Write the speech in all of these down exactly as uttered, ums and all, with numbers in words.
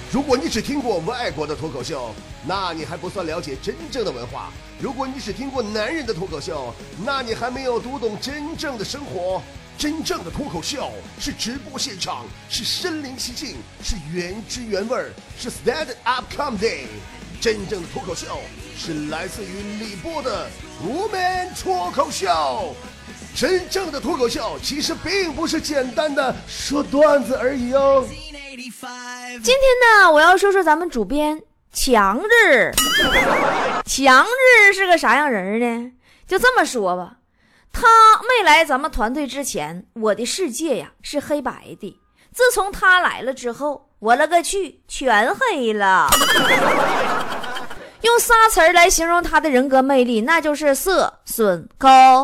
如果你只听过外国的脱口秀，那你还不算了解真正的文化；如果你只听过男人的脱口秀，那你还没有读懂真正的生活。真正的脱口秀是直播现场，是身临其境，是原汁原味，是 stand up comedy。真正的脱口秀是来自于李波的 Woman 脱口秀。真正的脱口秀其实并不是简单的说段子而已哦。 今天呢，我要说说咱们主编强日。强日是个啥样人呢？就这么说吧，他没来咱们团队之前，我的世界呀是黑白的。自从他来了之后，我了个去，全黑了。用仨词儿来形容他的人格魅力，那就是色损高。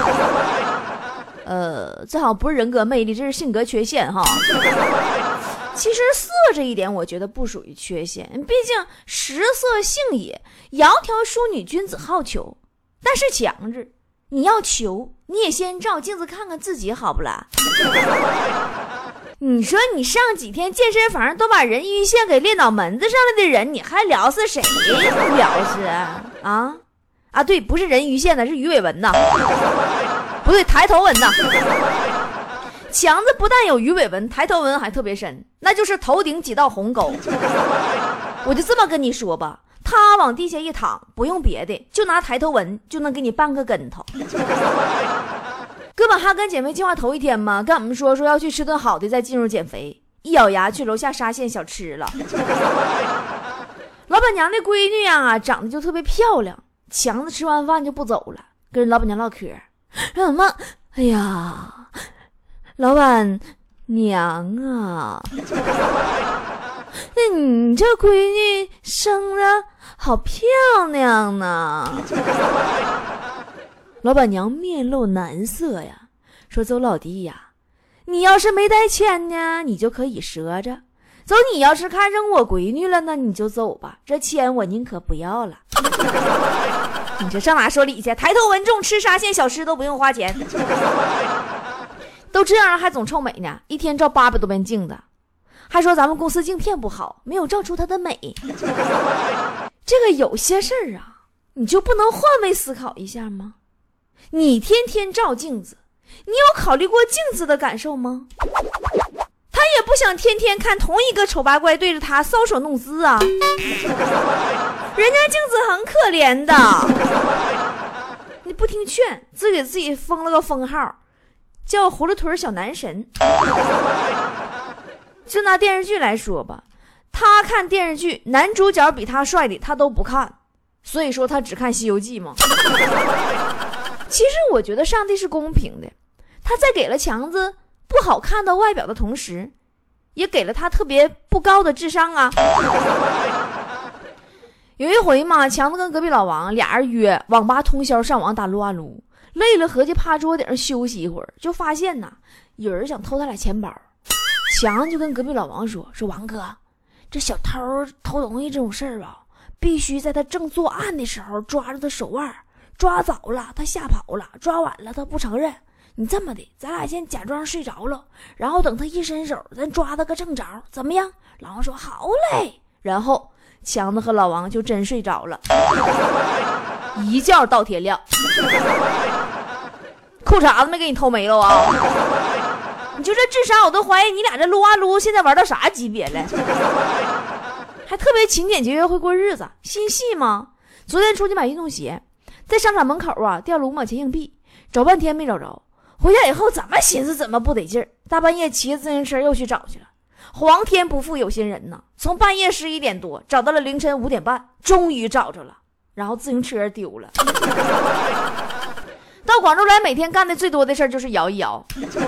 呃，这好像不是人格魅力，这是性格缺陷哈。其实色这一点我觉得不属于缺陷，毕竟食色性也，窈窕淑女，君子好逑。但是强制你要求，你也先照镜子看看自己好不啦？你说你上几天健身房都把人鱼线给练到门子上来的人，你还聊死谁不聊死啊？啊啊，对，不是人鱼线的，是鱼尾纹呐。不对，抬头纹呐。强子不但有鱼尾纹，抬头纹还特别深，那就是头顶几道红沟。我就这么跟你说吧，他往地下一躺，不用别的，就拿抬头纹就能给你绊个跟头。哥本哈根减肥计划头一天嘛，跟我们说说要去吃顿好的再进入减肥，一咬牙去楼下沙县小吃了。老板娘的闺女啊，长得就特别漂亮，强子吃完饭就不走了，跟老板娘唠嗑，说什么哎呀老板娘啊，那你这闺女生的好漂亮呢。老板娘面露难色呀，说周老弟呀，你要是没带钱呢，你就可以赊着走，你要是看上我闺女了呢，你就走吧，这钱我宁可不要了。你这上哪说理去？抬头纹重，吃沙县小吃都不用花钱。都这样还总臭美呢，一天照八百多遍镜子，还说咱们公司镜片不好，没有照出她的美。这个有些事儿啊，你就不能换位思考一下吗？你天天照镜子，你有考虑过镜子的感受吗？他也不想天天看同一个丑八怪对着他搔首弄姿啊。人家镜子很可怜的。你不听劝，自给自己封了个封号，叫葫芦腿小男神。就拿电视剧来说吧，他看电视剧男主角比他帅的他都不看，所以说他只看西游记嘛。其实我觉得上帝是公平的，他在给了强子不好看的外表的同时，也给了他特别不高的智商啊。有一回嘛，强子跟隔壁老王俩人约网吧通宵上网打撸啊撸，累了合计趴桌顶上休息一会儿，就发现呐有人想偷他俩钱包。强就跟隔壁老王说说王哥，这小偷偷东西这种事儿吧，必须在他正作案的时候抓住他手腕，抓早了他吓跑了，抓晚了他不承认。你这么的，咱俩先假装睡着了，然后等他一伸手咱抓他个正着，怎么样？老王说好嘞。然后强子和老王就真睡着了，一觉到天亮。裤衩子没给你偷没了啊？你就这智商我都怀疑你俩这撸啊撸现在玩到啥级别了。还特别勤俭节约会过日子，心细吗？昨天出去买运动鞋，在商场门口啊掉了五毛钱硬币，找半天没找着，回家以后怎么寻思怎么不得劲儿，大半夜骑自行车又去找去了。皇天不负有心人呐，从半夜十一点多找到了凌晨五点半，终于找着了，然后自行车丢了。到广州来每天干的最多的事儿就是摇一摇。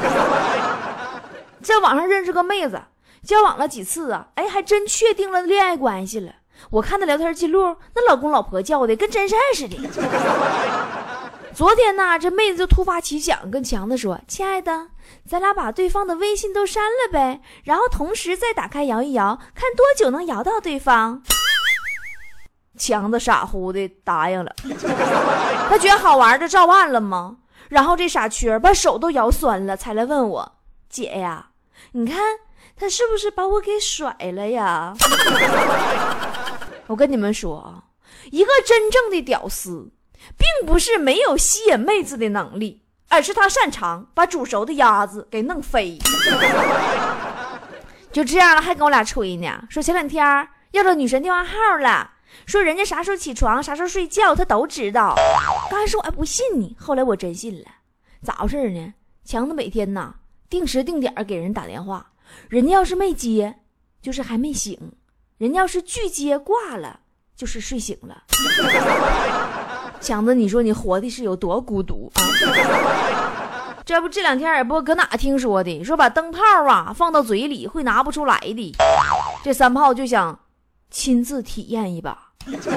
在网上认识个妹子，交往了几次啊，哎，还真确定了恋爱关系了。我看的聊天记录，那老公老婆叫的跟真事儿似的。昨天呢，这妹子就突发奇想跟强子说，亲爱的，咱俩把对方的微信都删了呗，然后同时再打开摇一摇，看多久能摇到对方。强子傻乎的答应了，他觉得好玩就照办了吗？然后这傻缺把手都摇酸了，才来问我，姐呀，你看他是不是把我给甩了呀？我跟你们说啊，一个真正的屌丝并不是没有吸引妹子的能力，而是他擅长把煮熟的鸭子给弄飞。就这样了还跟我俩吹呢，说前两天要到女神电话号了，说人家啥时候起床啥时候睡觉他都知道。刚开始我还不信你，后来我真信了。咋回事呢？强子每天呐定时定点给人打电话，人家要是没接就是还没醒，人家要是拒接挂了就是睡醒了。强子你说你活的是有多孤独啊？这不这两天也不搁哪听说的，说把灯泡啊放到嘴里会拿不出来的。这三炮就想亲自体验一把。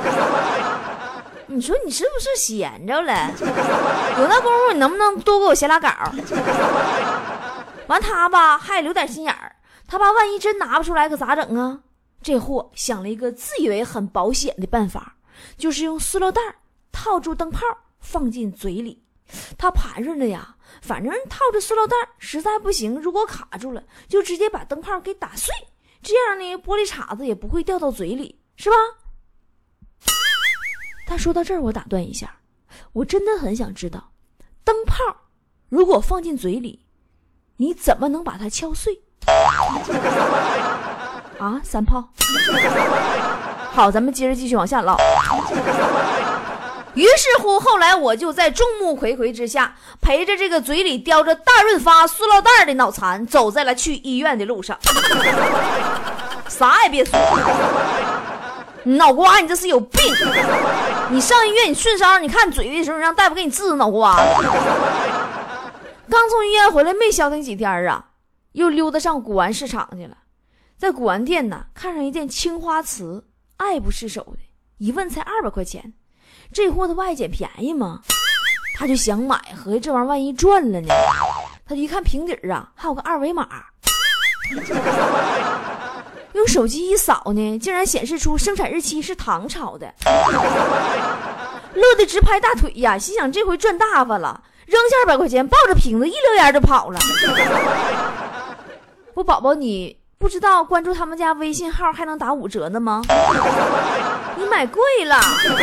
你说你是不是闲着了？有那功夫你能不能多给我写俩稿？完他吧还留点心眼儿，他爸万一真拿不出来可咋整啊？这货想了一个自以为很保险的办法，就是用塑料袋套住灯泡放进嘴里。他盘着了呀，反正套着塑料袋实在不行，如果卡住了就直接把灯泡给打碎，这样呢玻璃碴子也不会掉到嘴里，是吧？他说到这儿我打断一下，我真的很想知道灯泡如果放进嘴里你怎么能把它敲碎啊？三炮好，咱们接着继续往下唠。于是乎后来我就在众目睽睽之下陪着这个嘴里叼着大润发塑料袋的脑残走在了去医院的路上。啥也别说，你脑瓜你这是有病，你上医院你顺烧你看嘴的时候你让大夫给你治脑瓜。刚从医院回来没消停几天啊，又溜达上古玩市场去了。在古玩店呢看上一件青花瓷，爱不释手的，一问才二百块钱。这货他不爱捡便宜吗？他就想买，合计这玩意儿万一赚了呢。他就一看瓶底啊还有个二维码，用手机一扫呢竟然显示出生产日期是唐朝的。乐得直拍大腿呀，心想这回赚大发了，扔下二百块钱抱着瓶子一溜烟就跑了。我宝宝你不知道关注他们家微信号还能打五折呢吗？你买贵了。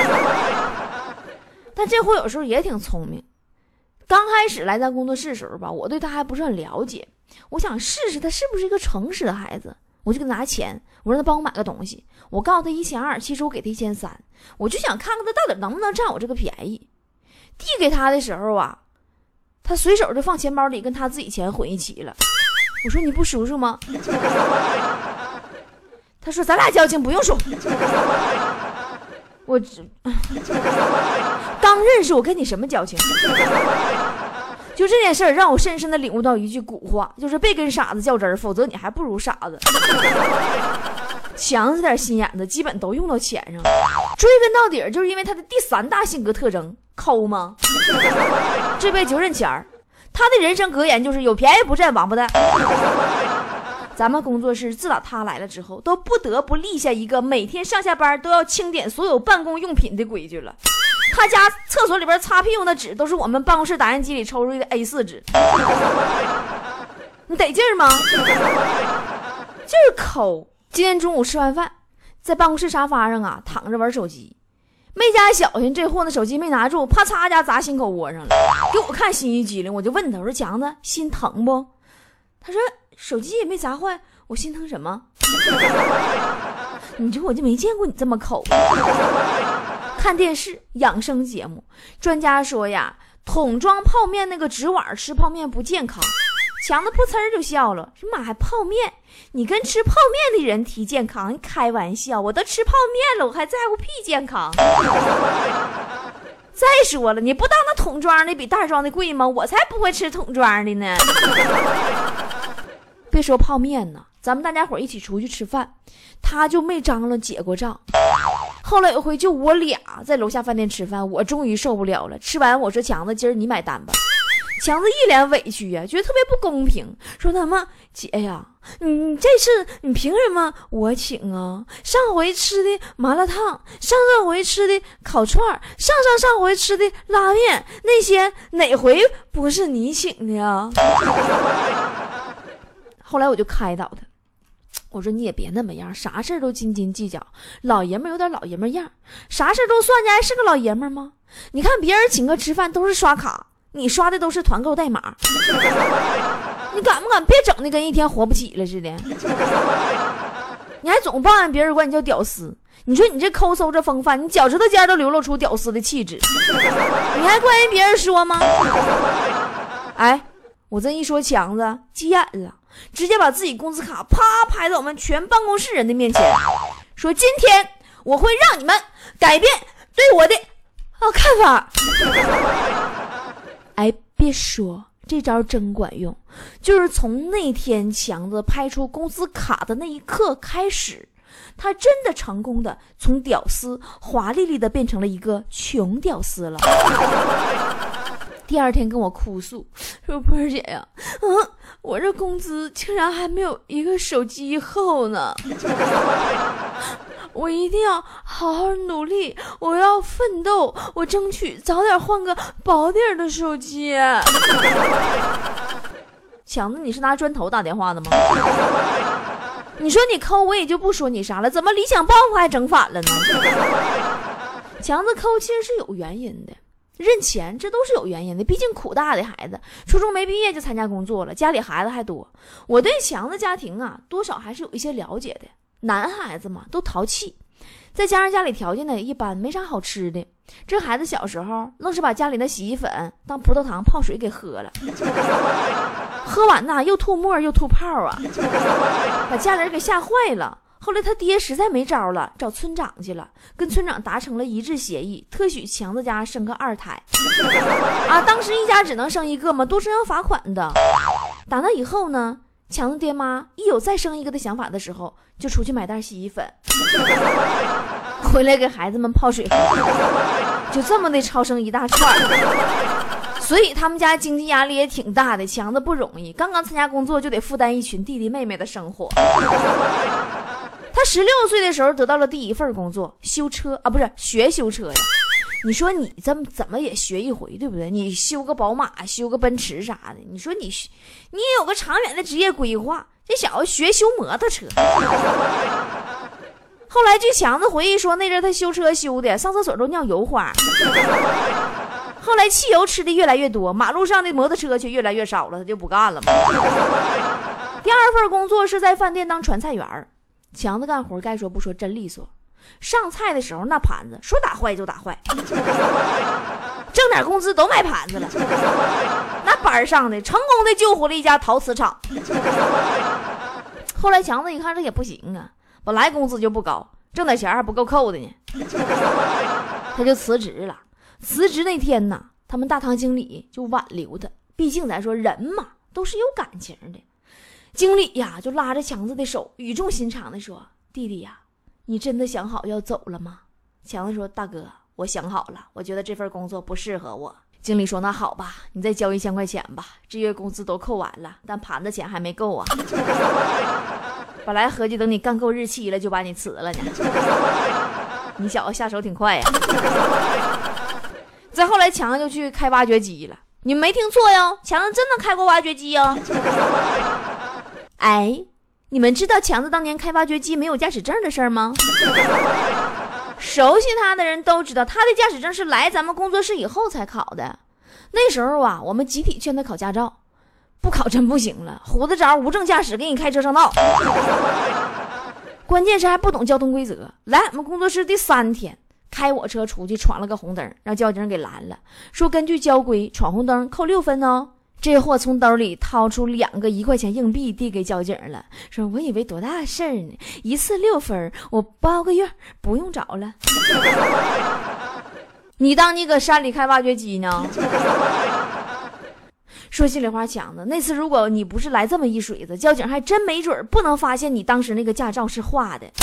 但这货有时候也挺聪明，刚开始来咱工作室的时候吧，我对他还不是很了解，我想试试他是不是一个诚实的孩子，我就给他拿钱，我让他帮我买个东西，我告诉他一千二，其实我给他一千三，我就想看看他到底能不能占我这个便宜。递给他的时候啊，他随手就放钱包里跟他自己钱混一起了。我说你不数数吗？他说咱俩交情不用数。我只刚认识我跟你什么交情？就这件事儿让我深深的领悟到一句古话，就是别跟傻子较真儿，否则你还不如傻子。强子点心眼子基本都用到钱上，追根到底就是因为他的第三大性格特征抠吗？这辈子就认钱儿，他的人生格言就是有便宜不占王八蛋。咱们工作室自打他来了之后，都不得不立下一个每天上下班都要清点所有办公用品的规矩了。他家厕所里边擦屁股的纸都是我们办公室打印机里抽出来的 A 四 纸。你得劲儿吗？就是抠。今天中午吃完饭，在办公室沙发上啊躺着玩手机，没加小心，这货那手机没拿住，啪嚓家砸心口窝上了，给我看心一激灵。我就问他，我说强子心疼不？他说手机也没砸坏，我心疼什么？你说我就没见过你这么抠。看电视养生节目，专家说呀，桶装泡面那个纸碗吃泡面不健康。强子噗呲就笑了，说妈还泡面，你跟吃泡面的人提健康，你开玩笑，我都吃泡面了，我还在乎屁健康？再说了，你不当那桶装的比袋装的贵吗？我才不会吃桶装的呢。别说泡面呢，咱们大家伙一起出去吃饭，他就没张罗结过账。后来有回就我俩在楼下饭店吃饭，我终于受不了了，吃完我说强子今儿你买单吧。强子一脸委屈呀、啊，觉得特别不公平，说他妈姐呀，你这次你凭什么我请啊？上回吃的麻辣烫，上上回吃的烤串，上上上回吃的拉面，那些哪回不是你请的呀？后来我就开导他， 我说你也别那么样，啥事都斤斤计较，老爷们有点老爷们样，啥事都算计，还是个老爷们吗？你看别人请客吃饭都是刷卡，你刷的都是团购代码，你敢不敢别整的跟一天活不起了似的？你还总抱怨别人管你叫屌丝，你说你这抠搜着风范，你脚趾头尖都流露出屌丝的气质，你还怪人别人说吗？哎，我这一说强子急眼了，直接把自己工资卡啪拍到我们全办公室人的面前，说今天我会让你们改变对我的啊看法。哎，别说这招真管用，就是从那天强子拍出工资卡的那一刻开始，他真的成功的从屌丝华丽丽的变成了一个穷屌丝了。第二天跟我哭诉说，波儿姐呀，嗯，我这工资竟然还没有一个手机厚呢，我一定要好好努力，我要奋斗，我争取早点换个薄点的手机。强子，你是拿砖头打电话的吗？你说你抠我也就不说你啥了，怎么理想抱负还整反了呢？强子抠其实是有原因的，认钱这都是有原因的，毕竟苦大的孩子，初中没毕业就参加工作了，家里孩子还多。我对强子家庭啊多少还是有一些了解的，男孩子嘛都淘气，再加上家里条件呢也一般，没啥好吃的，这孩子小时候愣是把家里的洗衣粉当葡萄糖泡水给喝了，喝完呐又吐沫又吐泡啊，把家里人给吓坏了。后来他爹实在没招了，找村长去了，跟村长达成了一致协议，特许强子家生个二胎。啊，当时一家只能生一个嘛，多生要罚款的。打那以后呢，强子爹妈一有再生一个的想法的时候，就出去买袋洗衣粉，回来给孩子们泡水，就这么的超生一大串。所以他们家经济压力也挺大的，强子不容易，刚刚参加工作就得负担一群弟弟妹妹的生活。他十六岁的时候得到了第一份工作，修车啊，不是学修车呀。你说你这么怎么也学一回，对不对？你修个宝马，修个奔驰啥的，你说你你也有个长远的职业规划。这小子学修摩托车。后来据强子回忆说，那阵他修车修的上厕所都尿油花。后来汽油吃的越来越多，马路上的摩托车却越来越少了，他就不干了嘛。第二份工作是在饭店当传菜员，强子干活该说不说真利索，上菜的时候那盘子说打坏就打坏，挣点工资都卖盘子了，那班上的成功的救活了一家陶瓷厂。后来强子一看这也不行啊，本来工资就不高，挣点钱还不够扣的呢，他就辞职了。辞职那天呢，他们大堂经理就挽留他，毕竟咱说人嘛都是有感情的。经理呀就拉着强子的手，语重心长的说，弟弟呀，你真的想好要走了吗？强子说，大哥，我想好了，我觉得这份工作不适合我。经理说，那好吧，你再交一千块钱吧，这月工资都扣完了，但盘子钱还没够啊。本来合计等你干够日期了就把你辞了呢，你小子下手挺快呀。再后来强子就去开挖掘机了，你没听错哟，强子真的开过挖掘机哟。哎，你们知道强子当年开挖掘机没有驾驶证的事儿吗？熟悉他的人都知道，他的驾驶证是来咱们工作室以后才考的。那时候啊，我们集体劝他考驾照，不考真不行了，胡子招无证驾驶给你开车上道。关键是还不懂交通规则，来我们工作室第三天，开我车出去闯了个红灯，让交警给拦了，说根据交规闯红灯扣六分哦。这货从兜里掏出两个一块钱硬币递给交警了，说我以为多大事儿呢，一次六分，我包个月不用找了。你当你搁山里开挖掘机呢？说心里话，强子，那次如果你不是来这么一水子，交警还真没准不能发现你当时那个驾照是画的。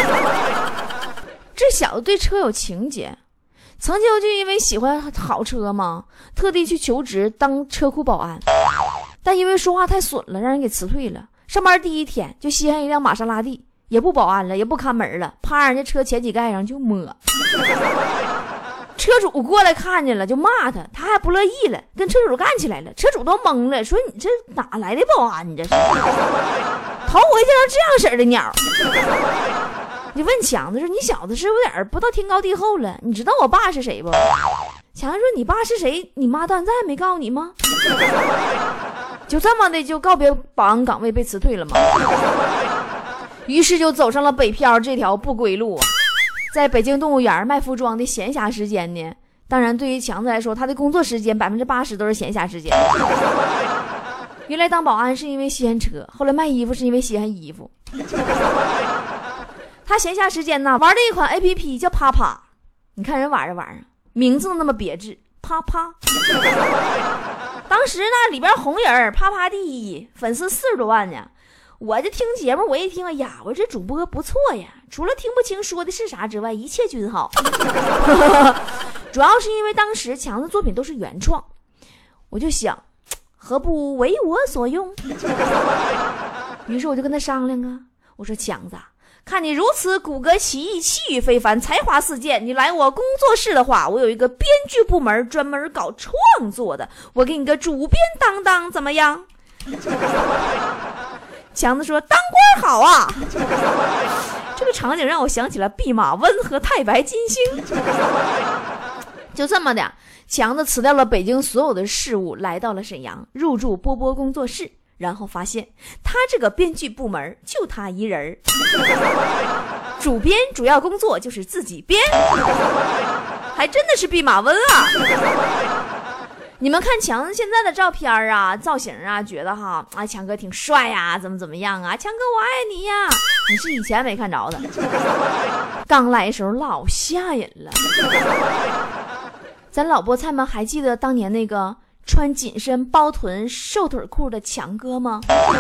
这小子对车有情节，曾经就因为喜欢好车嘛，特地去求职当车库保安，但因为说话太损了，让人给辞退了。上班第一天就稀罕一辆玛莎拉蒂，也不保安了，也不看门了，趴人家车前几盖上就摸。车主过来看见了就骂他，他还不乐意了，跟车主干起来了。车主都懵了，说你这哪来的保安？你这是头回见到这样式儿的鸟。你问强子说，你小子是有点不知道天高地厚了，你知道我爸是谁不？强子说，你爸是谁？你妈到现在没告诉你吗？就这么的就告别保安岗位被辞退了吗？于是就走上了北漂这条不归路啊。在北京动物园卖服装的闲暇时间呢，当然对于强子来说，他的工作时间百分之八十都是闲暇时间。原来当保安是因为稀罕车，后来卖衣服是因为稀罕衣服。他闲暇时间呢，玩的一款 A P P 叫啪啪，你看人玩着玩着，名字那么别致，啪啪。当时呢，里边红人啪啪第一，粉丝四十多万呢。我就听节目，我一听，哎呀，我这主播不错呀，除了听不清说的是啥之外，一切均好。主要是因为当时强子作品都是原创，我就想，何不为我所用？于是我就跟他商量啊，我说强子，看你如此骨骼奇异，气宇非凡，才华四溅，你来我工作室的话，我有一个编剧部门专门搞创作的，我给你个主编当当，怎么样？强子说，当官好啊。这个场景让我想起了弼马温和太白金星。就这么的，强子辞掉了北京所有的事务，来到了沈阳，入驻波波工作室，然后发现他这个编剧部门就他一人，主编主要工作就是自己编，还真的是弼马温啊。你们看强子现在的照片啊，造型啊，觉得哈，啊，强哥挺帅呀，怎么怎么样啊？强哥我爱你呀！你是以前没看着的，刚来的时候老吓人了。咱老菠菜们还记得当年那个穿紧身包臀瘦腿裤的强哥吗？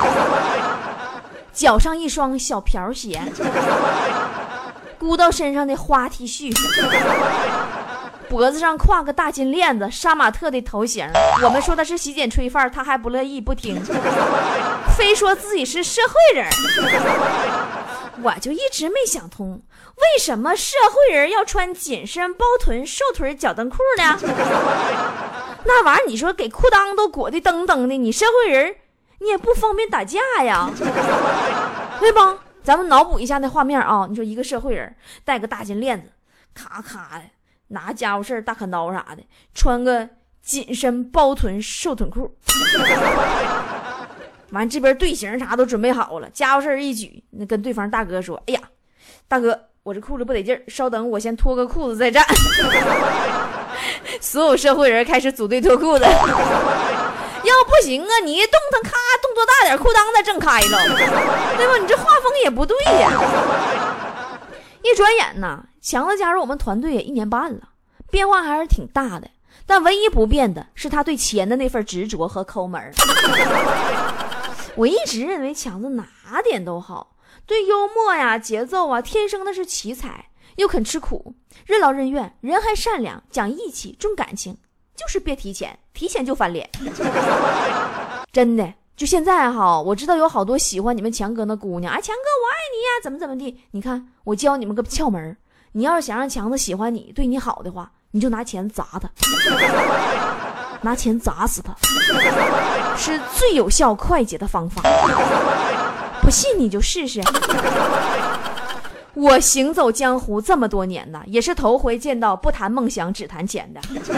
脚上一双小瓢鞋，箍到身上的花 T 恤。脖子上挎个大金链子，杀马特的头型。我们说他是洗剪吹范，他还不乐意不听，非说自己是社会人。我就一直没想通，为什么社会人要穿紧身包臀瘦腿脚蹬裤呢？那玩意儿你说给裤裆都裹得蹬蹬的，你社会人你也不方便打架呀，对吧？咱们脑补一下那画面啊，你说一个社会人带个大金链子，咔咔的拿家伙事大砍刀啥的，穿个紧身包臀瘦臀裤，完这边队形啥都准备好了，家伙事一举，那跟对方大哥说，哎呀大哥，我这裤子不得劲儿，稍等我先脱个裤子再战。所有社会人开始组队脱裤子。要不行啊，你一动弹，咔，动作大点，裤裆再挣开了，对吧？你这画风也不对呀。一转眼呢，强子加入我们团队也一年半了，变化还是挺大的，但唯一不变的是他对钱的那份执着和抠门。我一直认为强子哪点都好，对幽默呀、节奏啊，天生的是奇才，又肯吃苦，任劳任怨，人还善良，讲义气，重感情，就是别提钱，提钱就翻脸。真的，就现在哈，我知道有好多喜欢你们强哥的姑娘，啊，强哥我爱你呀，怎么怎么地。你看，我教你们个窍门，你要是想让强子喜欢你，对你好的话，你就拿钱砸他，拿钱砸死他，是最有效快捷的方法。不信你就试试。我行走江湖这么多年呢，也是头回见到不谈梦想只谈钱的。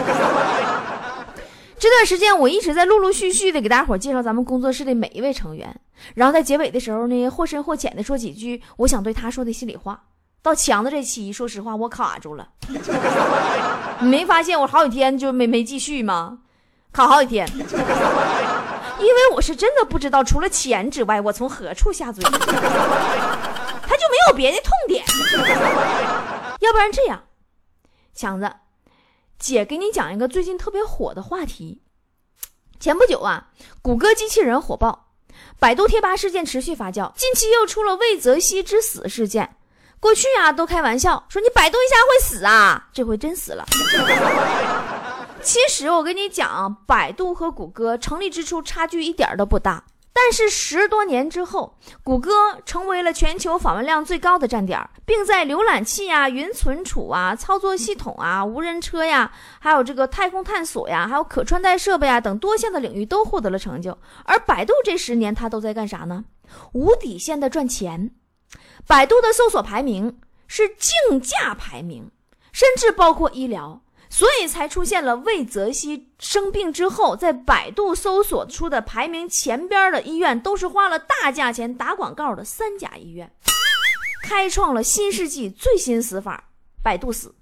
这段时间我一直在陆陆续续的给大家伙介绍咱们工作室的每一位成员，然后在结尾的时候呢，或深或浅的说几句我想对他说的心里话。到强的这期，说实话我卡住了。你没发现我好几天就没没继续吗？卡好几天。因为我是真的不知道除了钱之外我从何处下嘴，他就没有别的痛点。要不然这样，强子姐给你讲一个最近特别火的话题。前不久啊，谷歌机器人火爆，百度贴吧事件持续发酵，近期又出了魏则西之死事件。过去啊都开玩笑说你百度一下会死啊，这回真死了。其实我跟你讲，百度和谷歌成立之初差距一点都不大，但是十多年之后，谷歌成为了全球访问量最高的站点，并在浏览器啊、云存储啊、操作系统啊、无人车呀，还有这个太空探索呀，还有可穿戴设备啊等多项的领域都获得了成就。而百度这十年它都在干啥呢？ 无底线的赚钱。百度的搜索排名是竞价排名，甚至包括医疗，所以才出现了魏则西生病之后在百度搜索出的排名前边的医院都是花了大价钱打广告的三甲医院，开创了新世纪最新死法，百度死。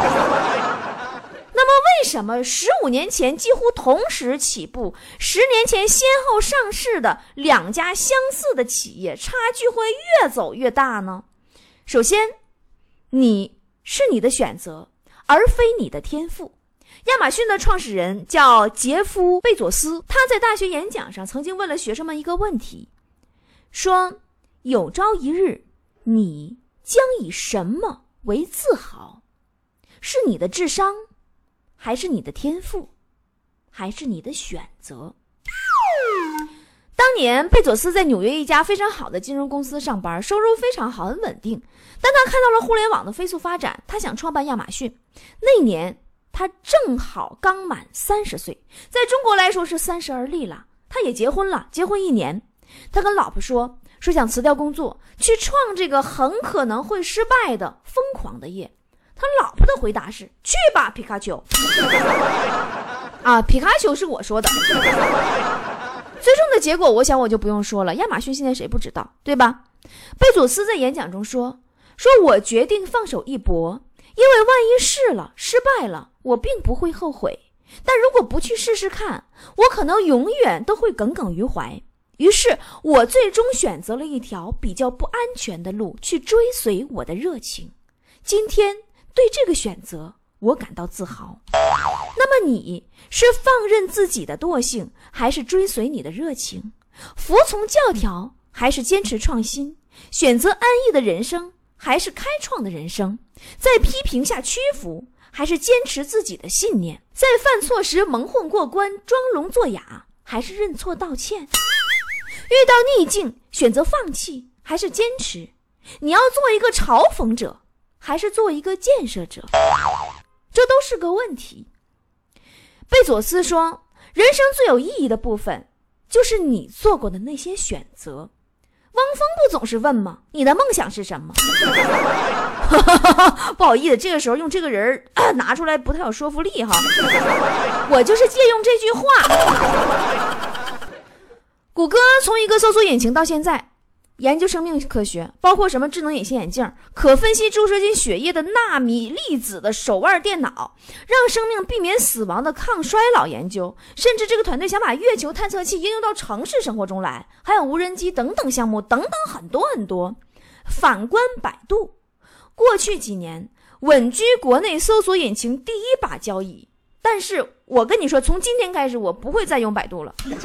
那么为什么十五年前几乎同时起步，十年前先后上市的两家相似的企业差距会越走越大呢？首先，你是你的选择，而非你的天赋。亚马逊的创始人叫杰夫·贝佐斯，他在大学演讲上曾经问了学生们一个问题，说有朝一日你将以什么为自豪？是你的智商，还是你的天赋，还是你的选择？当年贝佐斯在纽约一家非常好的金融公司上班，收入非常好，很稳定。但他看到了互联网的飞速发展，他想创办亚马逊。那年他正好刚满三十岁，在中国来说是三十而立了。他也结婚了，结婚一年，他跟老婆说说想辞掉工作，去创这个很可能会失败的疯狂的业。他老婆的回答是去吧皮卡丘。啊，皮卡丘是我说的。最终的结果我想我就不用说了，亚马逊现在谁不知道，对吧？贝佐斯在演讲中说说我决定放手一搏，因为万一试了失败了，我并不会后悔，但如果不去试试看，我可能永远都会耿耿于怀。于是我最终选择了一条比较不安全的路，去追随我的热情。今天对这个选择我感到自豪。那么你是放任自己的惰性，还是追随你的热情？服从教条，还是坚持创新？选择安逸的人生，还是开创的人生？在批评下屈服，还是坚持自己的信念？在犯错时蒙混过关，装聋作哑，还是认错道歉？遇到逆境，选择放弃，还是坚持？你要做一个嘲讽者，还是做一个建设者？这都是个问题。贝佐斯说，人生最有意义的部分就是你做过的那些选择。汪峰不总是问吗？你的梦想是什么？不好意思，这个时候用这个人、啊、拿出来不太有说服力哈。我就是借用这句话。谷歌从一个搜索引擎到现在研究生命科学，包括什么智能隐形眼镜、可分析注射进血液的纳米粒子的手腕电脑，让生命避免死亡的抗衰老研究，甚至这个团队想把月球探测器应用到城市生活中来，还有无人机等等项目等等很多很多。反观百度，过去几年稳居国内搜索引擎第一把交椅，但是我跟你说，从今天开始我不会再用百度了，因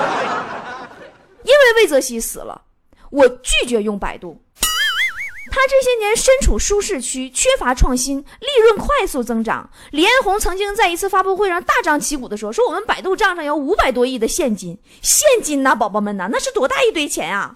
为魏则西死了，我拒绝用百度。他这些年身处舒适区，缺乏创新，利润快速增长。李彦宏曾经在一次发布会上大张旗鼓地说，说我们百度账上有五百多亿的现金，现金呐，宝宝们呐，那是多大一堆钱啊！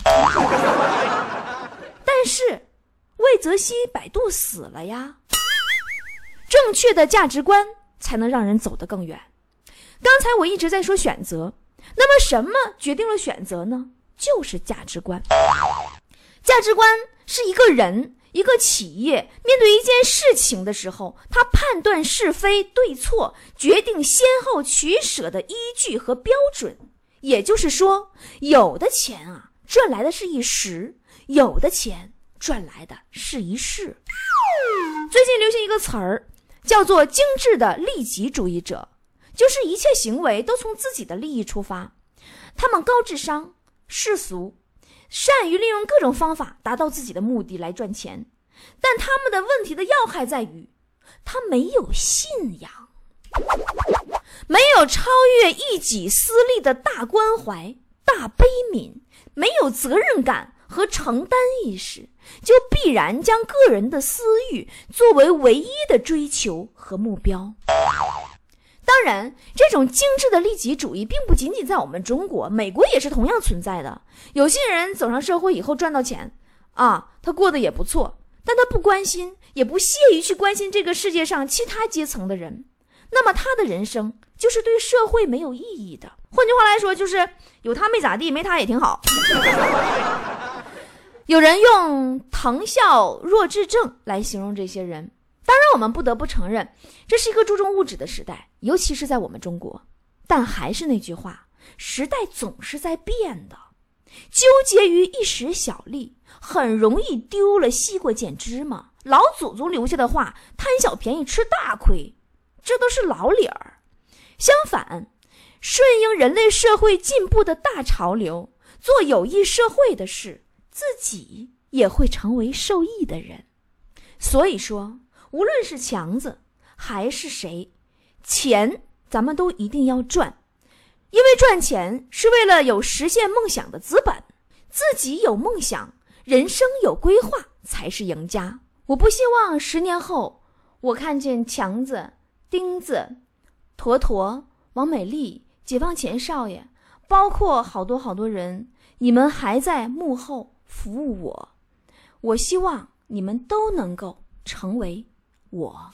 但是魏则西百度死了呀。正确的价值观才能让人走得更远。刚才我一直在说选择，那么什么决定了选择呢？就是价值观。价值观是一个人一个企业面对一件事情的时候，他判断是非对错，决定先后取舍的依据和标准。也就是说，有的钱啊赚来的是一时，有的钱赚来的是一世。最近流行一个词儿叫做精致的利己主义者，就是一切行为都从自己的利益出发，他们高智商世俗，善于利用各种方法达到自己的目的来赚钱，但他们的问题的要害在于他没有信仰，没有超越一己私利的大关怀大悲悯，没有责任感和承担意识，就必然将个人的私欲作为唯一的追求和目标。当然，这种精致的利己主义并不仅仅在我们中国，美国也是同样存在的。有些人走上社会以后赚到钱啊，他过得也不错，但他不关心，也不屑于去关心这个世界上其他阶层的人，那么他的人生就是对社会没有意义的。 换句话来说，就是有他没咋地，没他也挺好。有人用疼笑弱智症来形容这些人，当然我们不得不承认，这是一个注重物质的时代，尤其是在我们中国。但还是那句话，时代总是在变的，纠结于一时小利，很容易丢了西瓜捡芝麻。老祖宗留下的话，贪小便宜吃大亏，这都是老理儿。相反，顺应人类社会进步的大潮流，做有益社会的事，自己也会成为受益的人。所以说，无论是强子还是谁，钱咱们都一定要赚，因为赚钱是为了有实现梦想的资本。自己有梦想，人生有规划，才是赢家。我不希望十年后我看见强子、钉子、坨坨、王美丽、解放前少爷，包括好多好多人，你们还在幕后服务我。我希望你们都能够成为我。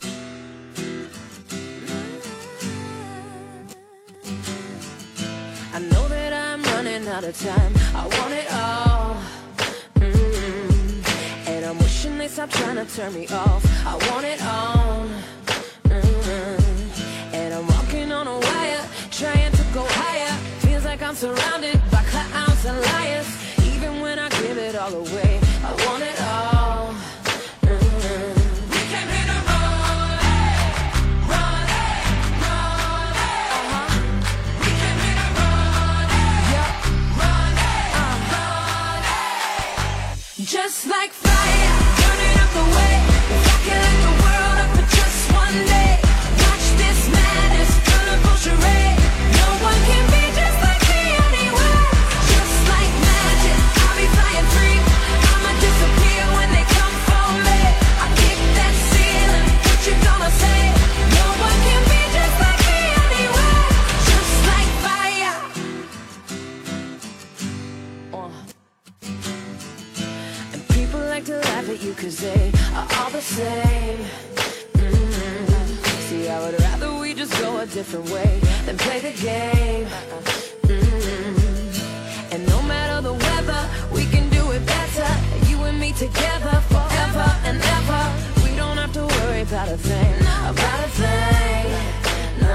I know that I'm running out of time. I want it all. Mm-hmm. And I'm wishing they stop trying to turn me off. I want it all. Mm-hmm. And I'm walking on a wire, trying to go higher. Feels like I'm surrounded by clowns and liars. Even when I give it all away, I want it all. Mm-hmm. We came here to run, run, run. Uh-huh. We came here to run, yeah, run, uh, run. Just like fire, burning up the way. If I can light the world up for just one day, watch this madness, colorful charade. No one can be just like me anywhere. Just like magic, I'll be flying free. I'ma disappear when they come for me. I kick that ceiling, what you gonna say? No one can be just like me anywhere. Just like fire. Uh. And people like to laugh at you cause they are all the same. Mm-hmm. See, I would rather we just go a different way than play the game. Mm-hmm. And no matter the weather, we can do it better. You and me together forever and ever. We don't have to worry about a thing, about a thing. No.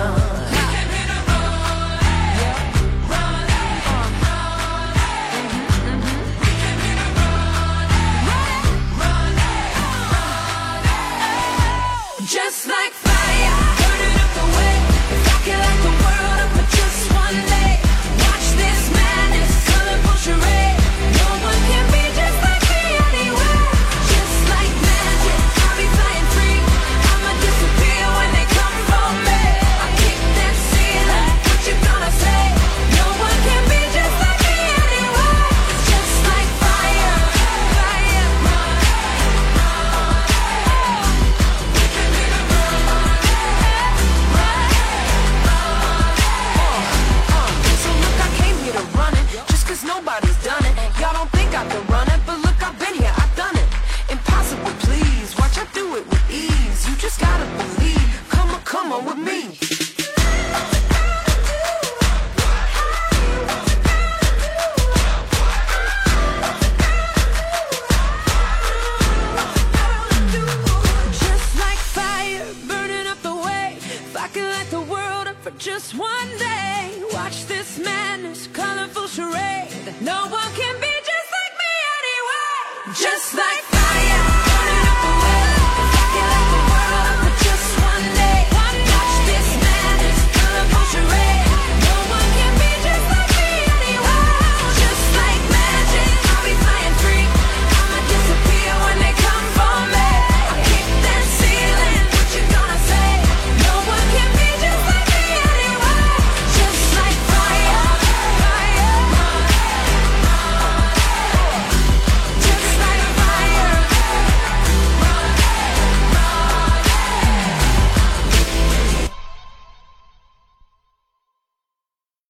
Just like fire, burning up the way. If I can light the world up for just one day, watch this madness, colorful charade. No one can be just like me anywhere. Just like magic, I'll be flying free. I'ma disappear when they come for me. I kick that ceiling, what you gonna say? No one can be just like me anywhere. Just like fire, fire, fire. Nobody's done it. Y'all don't think I've been running, but look, I've been here, I've done it. Impossible, please. Watch, I do it with ease. You just gotta believe. Come on, come on with me. Just like fire, burning up the way. If I could light the world up for just one day, watch this madness, colorful charade. No one